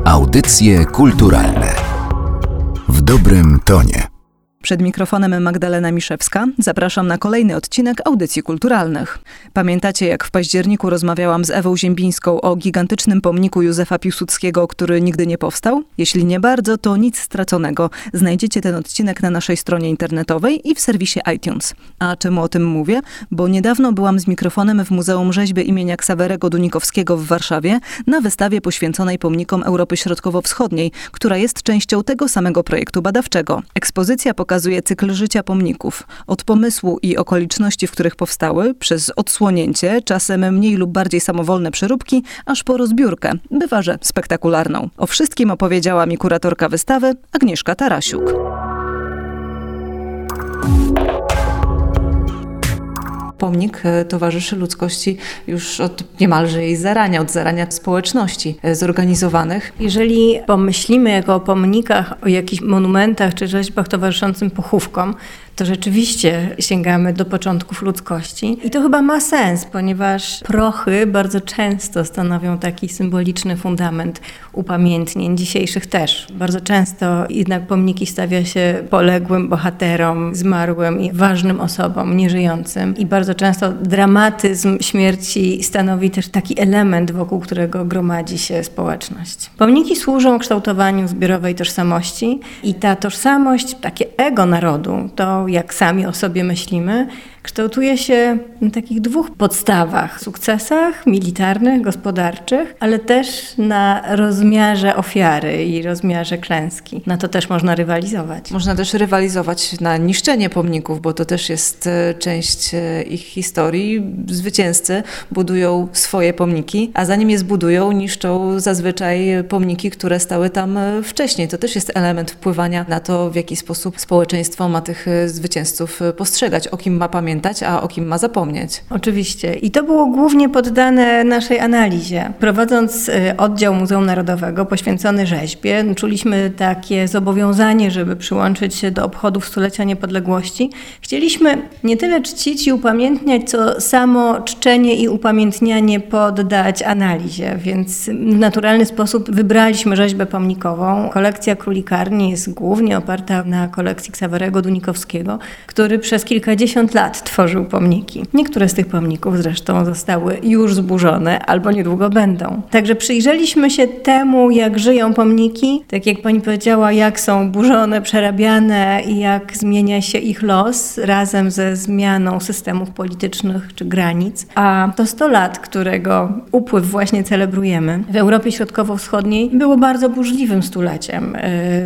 Audycje kulturalne w dobrym tonie. Przed mikrofonem Magdalena Miszewska. Zapraszam na kolejny odcinek Audycji Kulturalnych. Pamiętacie, jak w październiku rozmawiałam z Ewą Ziembińską o gigantycznym pomniku Józefa Piłsudskiego, który nigdy nie powstał? Jeśli nie bardzo, to nic straconego. Znajdziecie ten odcinek na naszej stronie internetowej i w serwisie iTunes. A czemu o tym mówię? Bo niedawno byłam z mikrofonem w Muzeum Rzeźby imienia Ksawerego Dunikowskiego w Warszawie na wystawie poświęconej pomnikom Europy Środkowo-Wschodniej, która jest częścią tego samego projektu badawczego. Ekspozycja pokazuje cykl życia pomników. Od pomysłu i okoliczności, w których powstały, przez odsłonięcie, czasem mniej lub bardziej samowolne przeróbki, aż po rozbiórkę, bywa że spektakularną. O wszystkim opowiedziała mi kuratorka wystawy Agnieszka Tarasiuk. Pomnik towarzyszy ludzkości już od niemalże jej zarania, od zarania społeczności zorganizowanych. Jeżeli pomyślimy jako o pomnikach, o jakichś monumentach czy rzeźbach towarzyszącym pochówkom, to rzeczywiście sięgamy do początków ludzkości. I to chyba ma sens, ponieważ prochy bardzo często stanowią taki symboliczny fundament upamiętnień, dzisiejszych też. Bardzo często jednak pomniki stawia się poległym bohaterom, zmarłym i ważnym osobom, nieżyjącym. I bardzo często dramatyzm śmierci stanowi też taki element, wokół którego gromadzi się społeczność. Pomniki służą kształtowaniu zbiorowej tożsamości i ta tożsamość, takie ego narodu, to jak sami o sobie myślimy, kształtuje się na takich dwóch podstawach. Sukcesach militarnych, gospodarczych, ale też na rozmiarze ofiary i rozmiarze klęski. Na to też można rywalizować. Można też rywalizować na niszczenie pomników, bo to też jest część ich historii. Zwycięzcy budują swoje pomniki, a zanim je zbudują, niszczą zazwyczaj pomniki, które stały tam wcześniej. To też jest element wpływania na to, w jaki sposób społeczeństwo ma tych zwycięzców postrzegać, o kim ma pamiętać, a o kim ma zapomnieć. Oczywiście. I to było głównie poddane naszej analizie. Prowadząc oddział Muzeum Narodowego poświęcony rzeźbie, czuliśmy takie zobowiązanie, żeby przyłączyć się do obchodów stulecia niepodległości. Chcieliśmy nie tyle czcić i upamiętniać, co samo czczenie i upamiętnianie poddać analizie, więc w naturalny sposób wybraliśmy rzeźbę pomnikową. Kolekcja Królikarni jest głównie oparta na kolekcji Ksawerego Dunikowskiego, który przez kilkadziesiąt lat tworzył pomniki. Niektóre z tych pomników zresztą zostały już zburzone albo niedługo będą. Także przyjrzeliśmy się temu, jak żyją pomniki, tak jak pani powiedziała, jak są burzone, przerabiane i jak zmienia się ich los razem ze zmianą systemów politycznych czy granic. A to 100 lat, którego upływ właśnie celebrujemy, w Europie Środkowo-Wschodniej było bardzo burzliwym stuleciem.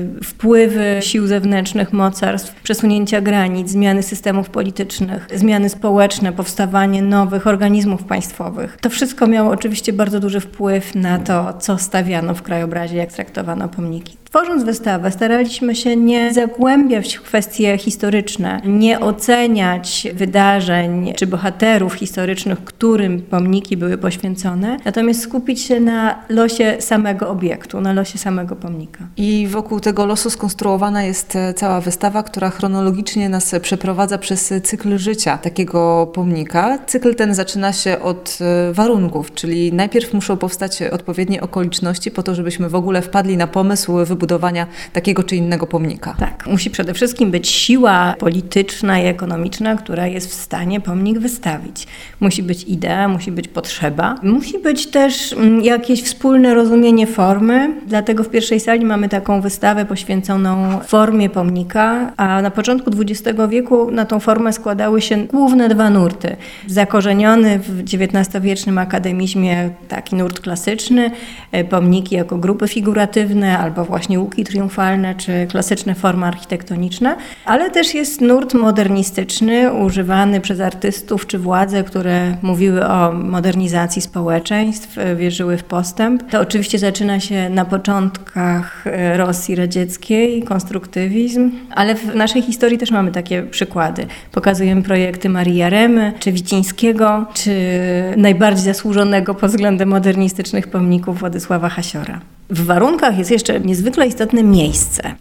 Wpływy sił zewnętrznych, mocarstw, przesunięcia granic, zmiany systemów politycznych, zmiany społeczne, powstawanie nowych organizmów państwowych. To wszystko miało oczywiście bardzo duży wpływ na to, co stawiano w krajobrazie, jak traktowano pomniki. Tworząc wystawę, staraliśmy się nie zagłębiać w kwestie historyczne, nie oceniać wydarzeń czy bohaterów historycznych, którym pomniki były poświęcone, natomiast skupić się na losie samego obiektu, na losie samego pomnika. I wokół tego losu skonstruowana jest cała wystawa, która chronologicznie nas przeprowadza przez cykl życia takiego pomnika. Cykl ten zaczyna się od warunków, czyli najpierw muszą powstać odpowiednie okoliczności po to, żebyśmy w ogóle wpadli na pomysł wybudowania takiego czy innego pomnika. Tak, musi przede wszystkim być siła polityczna i ekonomiczna, która jest w stanie pomnik wystawić. Musi być idea, musi być potrzeba. Musi być też jakieś wspólne rozumienie formy, dlatego w pierwszej sali mamy taką wystawę poświęconą formie pomnika, a na początku XX wieku na tą formę składały się główne dwa nurty. Zakorzeniony w XIX-wiecznym akademizmie taki nurt klasyczny, pomniki jako grupy figuratywne albo właśnie łuki triumfalne czy klasyczne formy architektoniczne, ale też jest nurt modernistyczny używany przez artystów czy władze, które mówiły o modernizacji społeczeństw, wierzyły w postęp. To oczywiście zaczyna się na początkach Rosji radzieckiej, konstruktywizm, ale w naszej historii też mamy takie przykłady. Pokazujemy projekty Marii Jaremy, czy Wicińskiego, czy najbardziej zasłużonego pod względem modernistycznych pomników Władysława Hasiora. W warunkach jest jeszcze niezwykle istotne miejsce,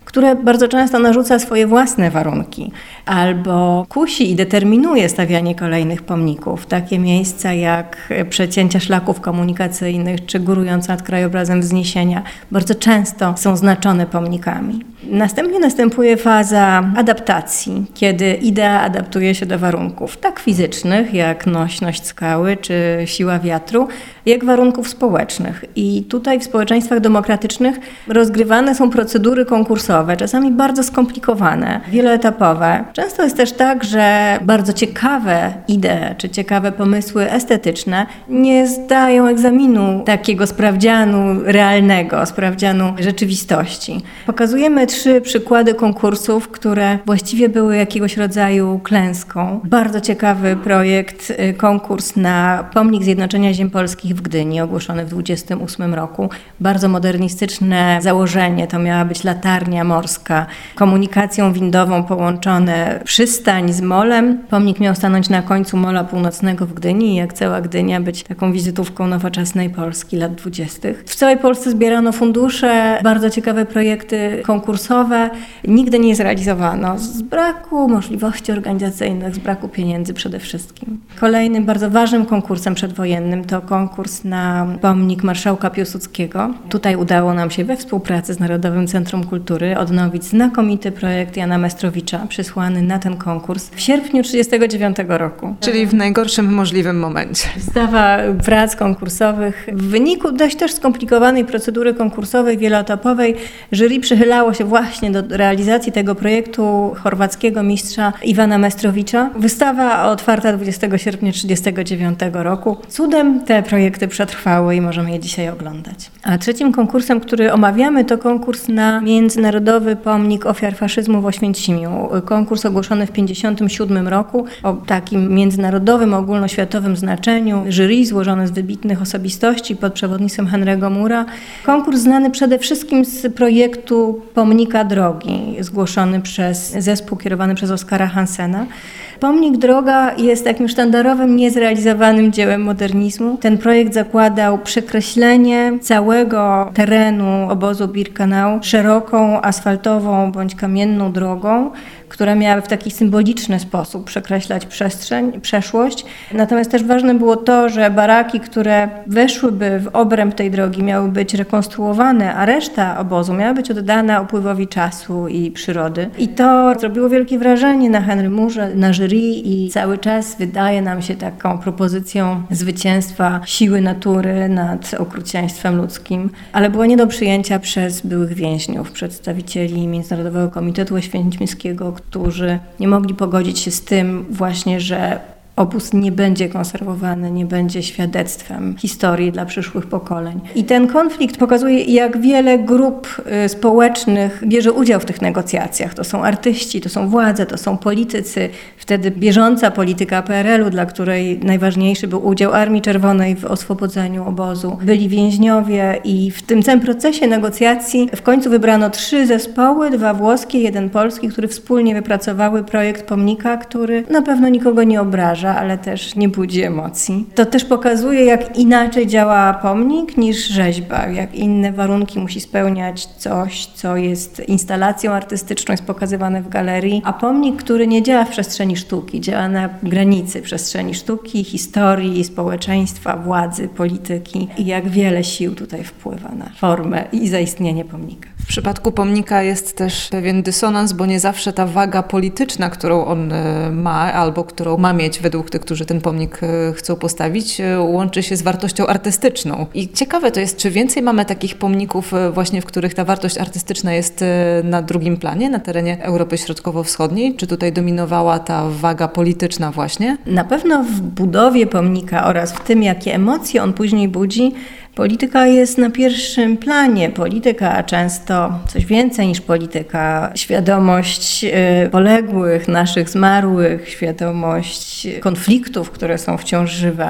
które bardzo często narzuca swoje własne warunki albo kusi i determinuje stawianie kolejnych pomników. Takie miejsca jak przecięcia szlaków komunikacyjnych czy górując nad krajobrazem wzniesienia bardzo często są znaczone pomnikami. Następnie następuje faza adaptacji, kiedy idea adaptuje się do warunków tak fizycznych, jak nośność skały czy siła wiatru, jak warunków społecznych. I tutaj w społeczeństwach demokratycznych rozgrywane są procedury konkursowe, czasami bardzo skomplikowane, wieloetapowe. Często jest też tak, że bardzo ciekawe idee czy ciekawe pomysły estetyczne nie zdają egzaminu takiego sprawdzianu realnego, sprawdzianu rzeczywistości. Pokazujemy 3 przykłady konkursów, które właściwie były jakiegoś rodzaju klęską. Bardzo ciekawy projekt, konkurs na pomnik Zjednoczenia Ziem Polskich w Gdyni, ogłoszony w 1928 roku. Bardzo modernistyczne założenie, to miała być latarnia morska, komunikacją windową połączone przystań z molem. Pomnik miał stanąć na końcu Mola Północnego w Gdyni i jak cała Gdynia być taką wizytówką nowoczesnej Polski lat 20. W całej Polsce zbierano fundusze, bardzo ciekawe projekty konkursowe. Nigdy nie zrealizowano z braku możliwości organizacyjnych, z braku pieniędzy przede wszystkim. Kolejnym bardzo ważnym konkursem przedwojennym to konkurs na pomnik marszałka Piłsudskiego. Tutaj udało nam się we współpracy z Narodowym Centrum Kultury odnowić znakomity projekt Jana Mestrowicza, przysłany na ten konkurs w sierpniu 1939 roku. Czyli w najgorszym możliwym momencie. Wystawa prac konkursowych. W wyniku dość też skomplikowanej procedury konkursowej, wieloetapowej, jury przychylało się właśnie do realizacji tego projektu chorwackiego mistrza Iwana Mestrowicza. Wystawa otwarta 20 sierpnia 1939 roku. Cudem te projekty przetrwały i możemy je dzisiaj oglądać. A trzecim konkursem, który omawiamy, to konkurs na Międzynarodowy Pomnik Ofiar Faszyzmu w Oświęcimiu. Konkurs ogłoszony w 1957 roku o takim międzynarodowym, ogólnoświatowym znaczeniu. Jury złożone z wybitnych osobistości pod przewodnictwem Henry'ego Moora. Konkurs znany przede wszystkim z projektu Pomnika Drogi, zgłoszony przez zespół kierowany przez Oskara Hansena. Pomnik Droga jest takim sztandarowym, niezrealizowanym dziełem modernizmu. Ten projekt zakładał przekreślenie całego terenu obozu Birkenau szeroką, asfaltową bądź kamienną drogą, która miała w taki symboliczny sposób przekreślać przestrzeń, przeszłość. Natomiast też ważne było to, że baraki, które weszłyby w obręb tej drogi, miały być rekonstruowane, a reszta obozu miała być oddana upływowi czasu i przyrody. I to zrobiło wielkie wrażenie na Henry Moorze, na jury i cały czas wydaje nam się taką propozycją zwycięstwa siły natury nad okrucieństwem ludzkim, ale było nie do przyjęcia przez byłych więźniów, przedstawicieli Międzynarodowego Komitetu Oświęcimskiego, którzy nie mogli pogodzić się z tym właśnie, że obóz nie będzie konserwowany, nie będzie świadectwem historii dla przyszłych pokoleń. I ten konflikt pokazuje, jak wiele grup społecznych bierze udział w tych negocjacjach. To są artyści, to są władze, to są politycy. Wtedy bieżąca polityka PRL-u, dla której najważniejszy był udział Armii Czerwonej w oswobodzeniu obozu. Byli więźniowie i w tym całym procesie negocjacji w końcu wybrano 3 zespoły, 2 włoskie, 1 polski, które wspólnie wypracowały projekt pomnika, który na pewno nikogo nie obraża, ale też nie budzi emocji. To też pokazuje, jak inaczej działa pomnik niż rzeźba, jak inne warunki musi spełniać coś, co jest instalacją artystyczną, jest pokazywane w galerii, a pomnik, który nie działa w przestrzeni sztuki, działa na granicy przestrzeni sztuki, historii, społeczeństwa, władzy, polityki i jak wiele sił tutaj wpływa na formę i zaistnienie pomnika. W przypadku pomnika jest też pewien dysonans, bo nie zawsze ta waga polityczna, którą on ma albo którą ma mieć według tych, którzy ten pomnik chcą postawić, łączy się z wartością artystyczną. I ciekawe to jest, czy więcej mamy takich pomników właśnie, w których ta wartość artystyczna jest na drugim planie, na terenie Europy Środkowo-Wschodniej? Czy tutaj dominowała ta waga polityczna właśnie? Na pewno w budowie pomnika oraz w tym, jakie emocje on później budzi, polityka jest na pierwszym planie. Polityka, a często coś więcej niż polityka. Świadomość poległych, naszych zmarłych, świadomość konfliktów, które są wciąż żywe.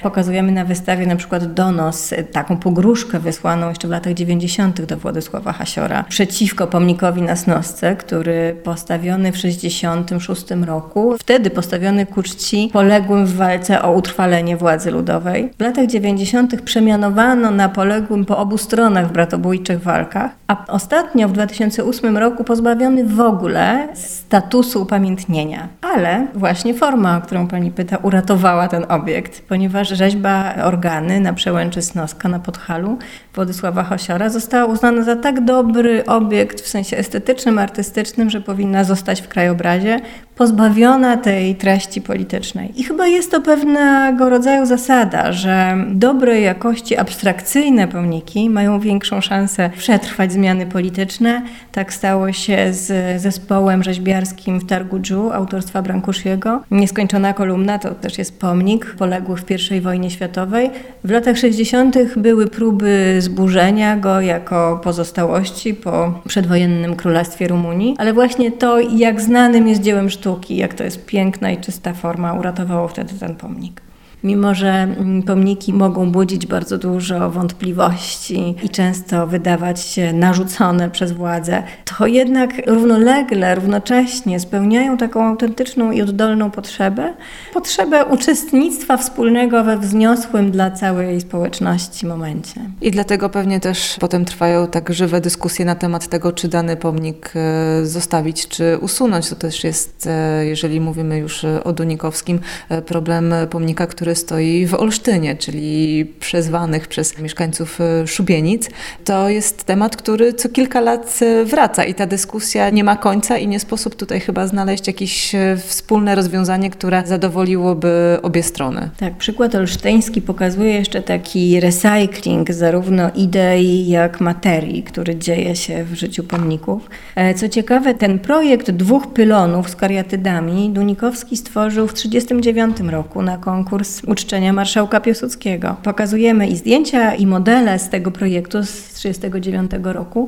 Pokazujemy na wystawie na przykład donos, taką pogróżkę wysłaną jeszcze w latach 90. do Władysława Hasiora przeciwko pomnikowi na Snosce, który postawiony w 1966 roku, wtedy postawiony ku czci poległym w walce o utrwalenie władzy ludowej. W latach 90. przemianowano na poległym po obu stronach w bratobójczych walkach, a ostatnio w 2008 roku pozbawiony w ogóle statusu upamiętnienia. Ale właśnie forma, o którą pani pyta, uratowała ten obiekt, ponieważ rzeźba organy na przełęczy Snoska na Podhalu Władysława Hasiora została uznana za tak dobry obiekt w sensie estetycznym, artystycznym, że powinna zostać w krajobrazie, pozbawiona tej treści politycznej. I chyba jest to pewnego rodzaju zasada, że dobrej jakości abstrakcyjne pomniki mają większą szansę przetrwać zmiany polityczne. Tak stało się z zespołem rzeźbiarskim w Targu Dżu autorstwa Brancusiego. Nieskończona kolumna to też jest pomnik poległych w I wojnie światowej. W latach 60. były próby zburzenia go jako pozostałości po przedwojennym Królestwie Rumunii, ale właśnie to, jak znanym jest dziełem sztuki, jak to jest piękna i czysta forma, uratowało wtedy ten pomnik. Mimo że pomniki mogą budzić bardzo dużo wątpliwości i często wydawać się narzucone przez władzę, to jednak równolegle, równocześnie spełniają taką autentyczną i oddolną potrzebę uczestnictwa wspólnego we wzniosłym dla całej społeczności momencie. I dlatego pewnie też potem trwają tak żywe dyskusje na temat tego, czy dany pomnik zostawić, czy usunąć. To też jest, jeżeli mówimy już o Dunikowskim, problem pomnika, który stoi w Olsztynie, czyli przezwanych przez mieszkańców Szubienic. To jest temat, który co kilka lat wraca i ta dyskusja nie ma końca i nie sposób tutaj chyba znaleźć jakieś wspólne rozwiązanie, które zadowoliłoby obie strony. Tak, przykład olsztyński pokazuje jeszcze taki recycling zarówno idei, jak materii, który dzieje się w życiu pomników. Co ciekawe, ten projekt 2 pylonów z kariatydami Dunikowski stworzył w 1939 roku na konkurs uczczenia marszałka Piłsudskiego. Pokazujemy i zdjęcia, i modele z tego projektu z 1939 roku.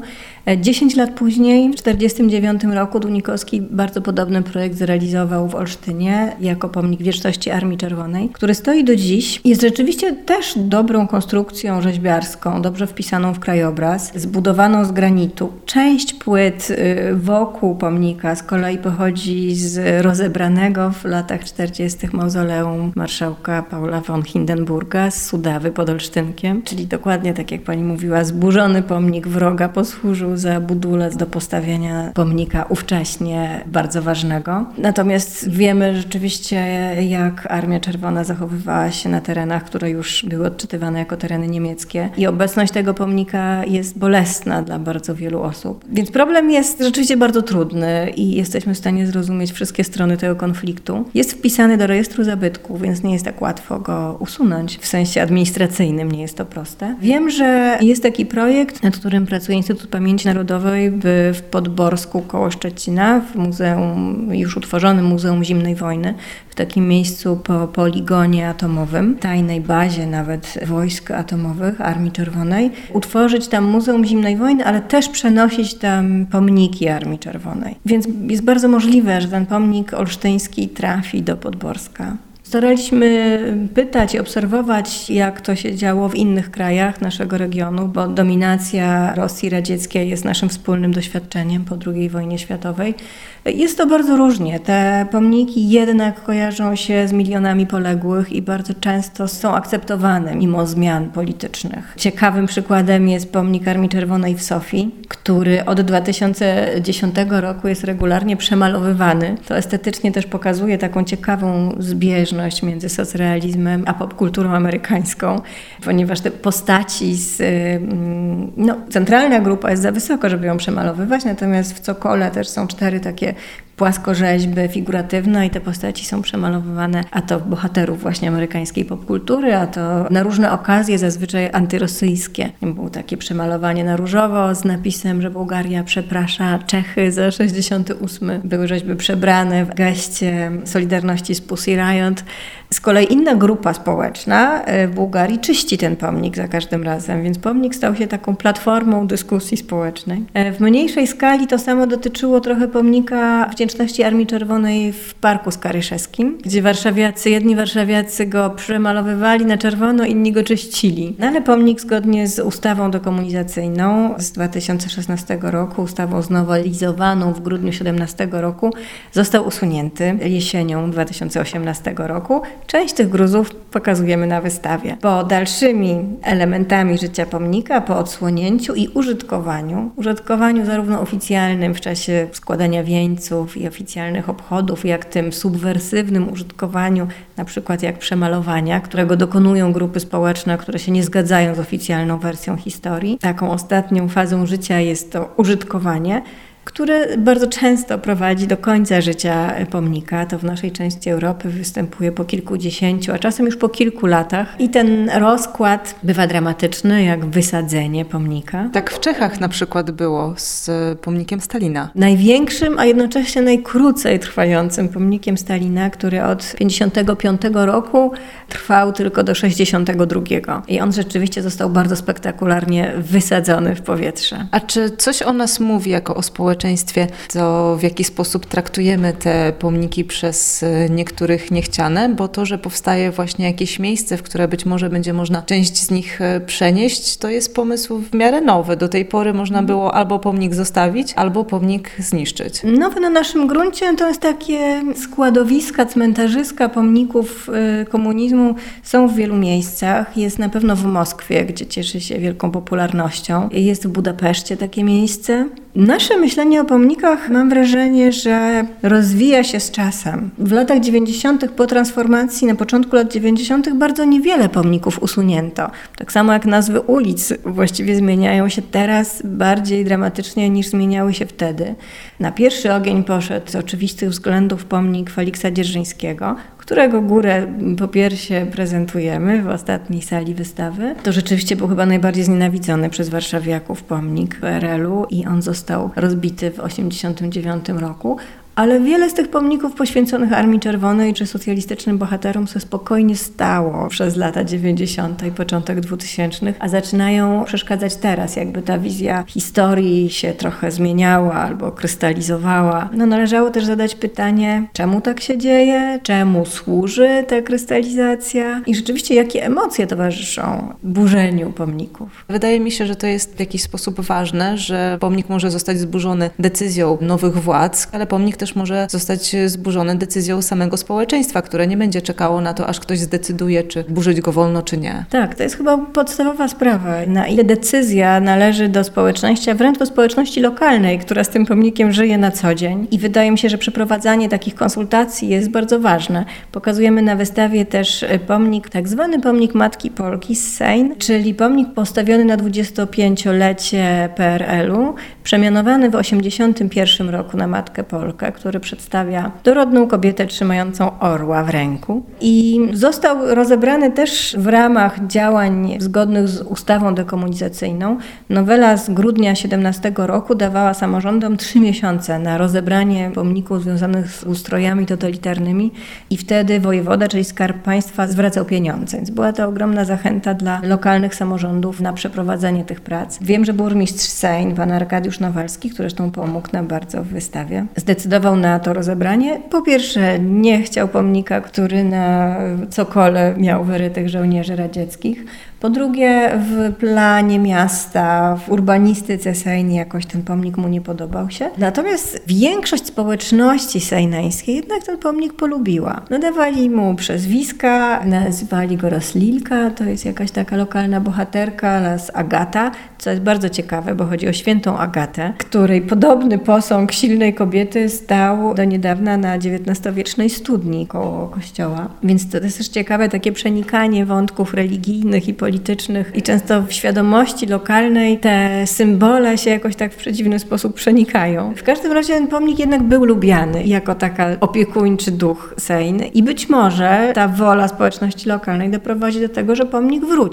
10 lat później, w 1949 roku, Dunikowski bardzo podobny projekt zrealizował w Olsztynie jako pomnik Wieczności Armii Czerwonej, który stoi do dziś. Jest rzeczywiście też dobrą konstrukcją rzeźbiarską, dobrze wpisaną w krajobraz, zbudowaną z granitu. Część płyt wokół pomnika z kolei pochodzi z rozebranego w latach 40. mauzoleum marszałka Paula von Hindenburga z Sudawy pod Olsztynkiem, czyli dokładnie tak jak pani mówiła, zburzony pomnik wroga posłużył za budulec do postawienia pomnika ówcześnie bardzo ważnego. Natomiast wiemy rzeczywiście, jak Armia Czerwona zachowywała się na terenach, które już były odczytywane jako tereny niemieckie i obecność tego pomnika jest bolesna dla bardzo wielu osób. Więc problem jest rzeczywiście bardzo trudny i jesteśmy w stanie zrozumieć wszystkie strony tego konfliktu. Jest wpisany do rejestru zabytków, więc nie jest tak łatwo go usunąć. W sensie administracyjnym nie jest to proste. Wiem, że jest taki projekt, nad którym pracuje Instytut Pamięci Narodowej w Podborsku koło Szczecina, w muzeum, już utworzonym Muzeum Zimnej Wojny, w takim miejscu po poligonie atomowym, tajnej bazie nawet wojsk atomowych Armii Czerwonej, utworzyć tam Muzeum Zimnej Wojny, ale też przenosić tam pomniki Armii Czerwonej. Więc jest bardzo możliwe, że ten pomnik olsztyński trafi do Podborska. Staraliśmy pytać i obserwować, jak to się działo w innych krajach naszego regionu, bo dominacja Rosji radzieckiej jest naszym wspólnym doświadczeniem po II wojnie światowej. Jest to bardzo różnie. Te pomniki jednak kojarzą się z milionami poległych i bardzo często są akceptowane mimo zmian politycznych. Ciekawym przykładem jest pomnik Armii Czerwonej w Sofii, który od 2010 roku jest regularnie przemalowywany. To estetycznie też pokazuje taką ciekawą zbieżność między socrealizmem a popkulturą amerykańską, ponieważ te postaci centralna grupa jest za wysoko, żeby ją przemalowywać, natomiast w cokole też są 4 takie płaskorzeźby figuratywne i te postaci są przemalowywane a to bohaterów właśnie amerykańskiej popkultury, a to na różne okazje, zazwyczaj antyrosyjskie. Było takie przemalowanie na różowo z napisem, że Bułgaria przeprasza Czechy za 68. Były rzeźby przebrane w geście solidarności z Pussy Riot. Z kolei inna grupa społeczna w Bułgarii czyści ten pomnik za każdym razem, więc pomnik stał się taką platformą dyskusji społecznej. W mniejszej skali to samo dotyczyło trochę pomnika Wdzięczności Armii Czerwonej w Parku Skaryszewskim, gdzie jedni warszawiacy go przemalowywali na czerwono, inni go czyścili. No ale pomnik zgodnie z ustawą dekomunizacyjną z 2016 roku, ustawą znowelizowaną w grudniu 2017 roku, został usunięty jesienią 2018 roku. Część tych gruzów pokazujemy na wystawie. Po dalszymi elementami życia pomnika, po odsłonięciu i użytkowaniu zarówno oficjalnym w czasie składania wieńców i oficjalnych obchodów, jak tym subwersywnym użytkowaniu, na przykład jak przemalowania, którego dokonują grupy społeczne, które się nie zgadzają z oficjalną wersją historii. Taką ostatnią fazą życia jest to użytkowanie, które bardzo często prowadzi do końca życia pomnika. To w naszej części Europy występuje po kilkudziesięciu, a czasem już po kilku latach. I ten rozkład bywa dramatyczny, jak wysadzenie pomnika. Tak w Czechach na przykład było z pomnikiem Stalina. Największym, a jednocześnie najkrócej trwającym pomnikiem Stalina, który od 55 roku trwał tylko do 62. I on rzeczywiście został bardzo spektakularnie wysadzony w powietrze. A czy coś o nas mówi jako o społeczeństwie, to w jaki sposób traktujemy te pomniki przez niektórych niechciane, bo to, że powstaje właśnie jakieś miejsce, w które być może będzie można część z nich przenieść, to jest pomysł w miarę nowy. Do tej pory można było albo pomnik zostawić, albo pomnik zniszczyć. Nowe na naszym gruncie to jest takie składowiska, cmentarzyska pomników komunizmu są w wielu miejscach. Jest na pewno w Moskwie, gdzie cieszy się wielką popularnością. Jest w Budapeszcie takie miejsce. Nasze myślenie o pomnikach, mam wrażenie, że rozwija się z czasem. W latach 90. po transformacji, na początku lat 90. bardzo niewiele pomników usunięto. Tak samo jak nazwy ulic właściwie zmieniają się teraz bardziej dramatycznie niż zmieniały się wtedy. Na pierwszy ogień poszedł z oczywistych względów pomnik Feliksa Dzierżyńskiego, którego górę po piersie prezentujemy w ostatniej sali wystawy. To rzeczywiście był chyba najbardziej znienawidzony przez warszawiaków pomnik PRL-u i on został rozbity w 1989 roku. Ale wiele z tych pomników poświęconych Armii Czerwonej czy socjalistycznym bohaterom sobie spokojnie stało przez lata 90. i początek 2000, a zaczynają przeszkadzać teraz, jakby ta wizja historii się trochę zmieniała albo krystalizowała. Należało też zadać pytanie, czemu tak się dzieje, czemu służy ta krystalizacja i rzeczywiście jakie emocje towarzyszą burzeniu pomników. Wydaje mi się, że to jest w jakiś sposób ważne, że pomnik może zostać zburzony decyzją nowych władz, ale pomnik też może zostać zburzony decyzją samego społeczeństwa, które nie będzie czekało na to, aż ktoś zdecyduje, czy burzyć go wolno, czy nie. Tak, to jest chyba podstawowa sprawa. Na ile decyzja należy do społeczności, a wręcz do społeczności lokalnej, która z tym pomnikiem żyje na co dzień. I wydaje mi się, że przeprowadzanie takich konsultacji jest bardzo ważne. Pokazujemy na wystawie też pomnik, tak zwany pomnik Matki Polki z Sejn, czyli pomnik postawiony na 25-lecie PRL-u, przemianowany w 1981 roku na Matkę Polkę, który przedstawia dorodną kobietę trzymającą orła w ręku. I został rozebrany też w ramach działań zgodnych z ustawą dekomunizacyjną. Nowela z grudnia 2017 roku dawała samorządom 3 miesiące na rozebranie pomników związanych z ustrojami totalitarnymi i wtedy wojewoda, czyli Skarb Państwa, zwracał pieniądze. Więc była to ogromna zachęta dla lokalnych samorządów na przeprowadzenie tych prac. Wiem, że burmistrz Sejn, pan Arkadiusz Nawalski, który zresztą pomógł nam bardzo w wystawie, zdecydował na to rozebranie. Po pierwsze, nie chciał pomnika, który na cokole miał wyrytych żołnierzy radzieckich. Po drugie, w planie miasta, w urbanistyce Sejn jakoś ten pomnik mu nie podobał się. Natomiast większość społeczności sejneńskiej jednak ten pomnik polubiła. Nadawali mu przezwiska, nazywali go Roslilka, to jest jakaś taka lokalna bohaterka, las Agata, co jest bardzo ciekawe, bo chodzi o świętą Agatę, której podobny posąg silnej kobiety stał do niedawna na XIX-wiecznej studni koło kościoła. Więc to jest też ciekawe takie przenikanie wątków religijnych i politycznych i często w świadomości lokalnej te symbole się jakoś tak w przedziwny sposób przenikają. W każdym razie ten pomnik jednak był lubiany jako taka opiekuńczy duch Sejn i być może ta wola społeczności lokalnej doprowadzi do tego, że pomnik wróci.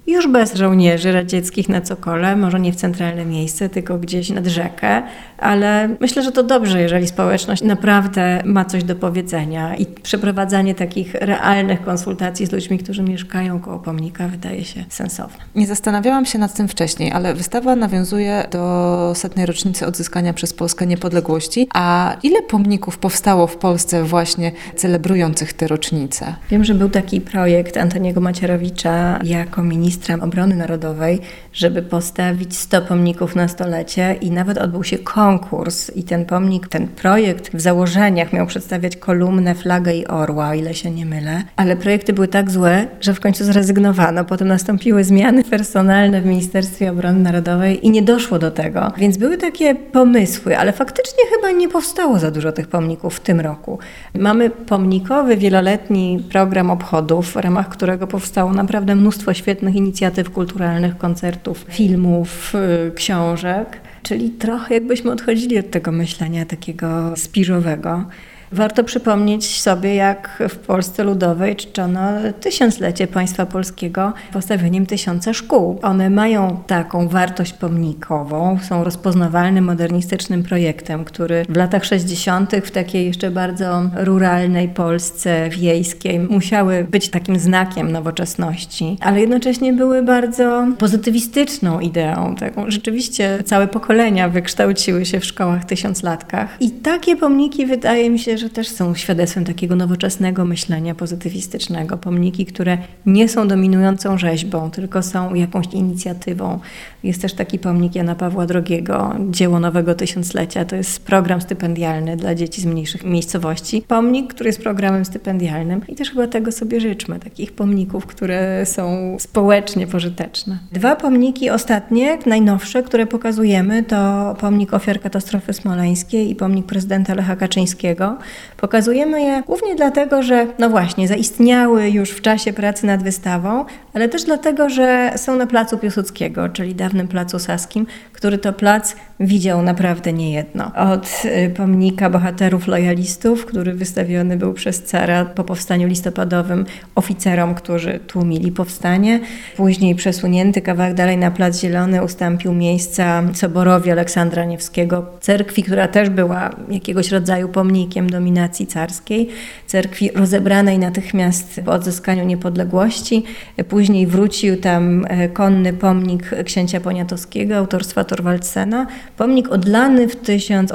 już bez żołnierzy radzieckich na cokole, może nie w centralne miejsce, tylko gdzieś nad rzekę, ale myślę, że to dobrze, jeżeli społeczność naprawdę ma coś do powiedzenia i przeprowadzanie takich realnych konsultacji z ludźmi, którzy mieszkają koło pomnika, wydaje się sensowne. Nie zastanawiałam się nad tym wcześniej, ale wystawa nawiązuje do 100. rocznicy odzyskania przez Polskę niepodległości. A ile pomników powstało w Polsce właśnie celebrujących tę rocznicę? Wiem, że był taki projekt Antoniego Macierewicza jako ministra obrony narodowej, żeby postawić 100 pomników na stolecie i nawet odbył się konkurs i ten projekt w założeniach miał przedstawiać kolumnę, flagę i orła, o ile się nie mylę, ale projekty były tak złe, że w końcu zrezygnowano. Potem nastąpiły zmiany personalne w Ministerstwie Obrony Narodowej i nie doszło do tego. Więc były takie pomysły, ale faktycznie chyba nie powstało za dużo tych pomników w tym roku. Mamy pomnikowy, wieloletni program obchodów, w ramach którego powstało naprawdę mnóstwo świetnych inicjatyw kulturalnych, koncertów, filmów, książek, czyli trochę jakbyśmy odchodzili od tego myślenia takiego spiżowego. Warto przypomnieć sobie, jak w Polsce Ludowej czczono 1000-lecie państwa polskiego postawieniem 1000 szkół. One mają taką wartość pomnikową, są rozpoznawalnym, modernistycznym projektem, który w latach 60. w takiej jeszcze bardzo ruralnej Polsce wiejskiej musiały być takim znakiem nowoczesności, ale jednocześnie były bardzo pozytywistyczną ideą. Taką rzeczywiście całe pokolenia wykształciły się w szkołach tysiąclatkach. I takie pomniki, wydaje mi się, że też są świadectwem takiego nowoczesnego myślenia pozytywistycznego. Pomniki, które nie są dominującą rzeźbą, tylko są jakąś inicjatywą. Jest też taki pomnik Jana Pawła II, dzieło nowego tysiąclecia. To jest program stypendialny dla dzieci z mniejszych miejscowości. Pomnik, który jest programem stypendialnym i też chyba tego sobie życzmy, takich pomników, które są społecznie pożyteczne. 2 pomniki ostatnie, najnowsze, które pokazujemy, to pomnik ofiar katastrofy smoleńskiej i pomnik prezydenta Lecha Kaczyńskiego. Pokazujemy je głównie dlatego, że zaistniały już w czasie pracy nad wystawą, ale też dlatego, że są na placu Piłsudskiego, czyli dawnym placu Saskim, który to plac widział naprawdę niejedno. Od pomnika bohaterów lojalistów, który wystawiony był przez cara po powstaniu listopadowym oficerom, którzy tłumili powstanie. Później przesunięty kawałek dalej na Plac Zielony ustąpił miejsca soborowi Aleksandra Niewskiego, cerkwi, która też była jakiegoś rodzaju pomnikiem dominacji carskiej, cerkwi rozebranej natychmiast po odzyskaniu niepodległości. Później wrócił tam konny pomnik księcia Poniatowskiego autorstwa Thorvaldsena. Pomnik odlany w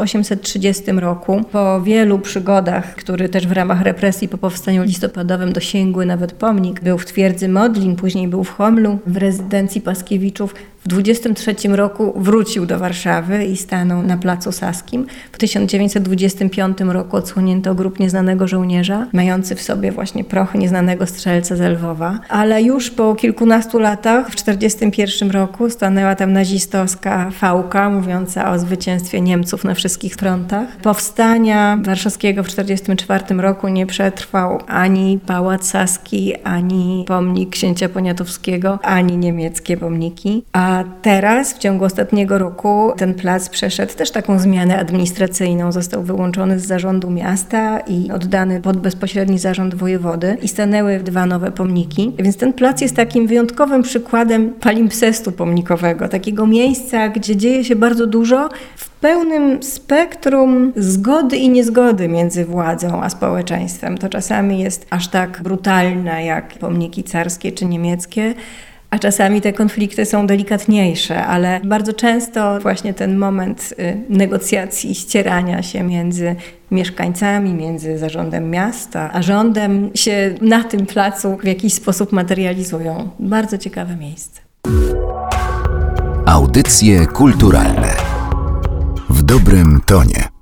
1830 roku po wielu przygodach, które też w ramach represji po powstaniu listopadowym dosięgły nawet pomnik. Był w twierdzy Modlin, później był w Homlu, w rezydencji Paskiewiczów. W 1923 roku wrócił do Warszawy i stanął na Placu Saskim. W 1925 roku odsłonięto grób nieznanego żołnierza, mający w sobie właśnie prochy nieznanego strzelca z Lwowa. Ale już po kilkunastu latach, w 1941 roku, stanęła tam nazistowska fałka mówiąca o zwycięstwie Niemców na wszystkich frontach. Powstania warszawskiego w 1944 roku nie przetrwał ani Pałac Saski, ani pomnik księcia Poniatowskiego, ani niemieckie pomniki. A teraz, w ciągu ostatniego roku, ten plac przeszedł też taką zmianę administracyjną. Został wyłączony z zarządu miasta i oddany pod bezpośredni zarząd wojewody i stanęły 2 nowe pomniki. Więc ten plac jest takim wyjątkowym przykładem palimpsestu pomnikowego. Takiego miejsca, gdzie dzieje się bardzo dużo w pełnym spektrum zgody i niezgody między władzą a społeczeństwem. To czasami jest aż tak brutalne jak pomniki carskie czy niemieckie, a czasami te konflikty są delikatniejsze, ale bardzo często właśnie ten moment negocjacji, ścierania się między mieszkańcami, między zarządem miasta a rządem się na tym placu w jakiś sposób materializują. Bardzo ciekawe miejsce. Audycje kulturalne w dobrym tonie.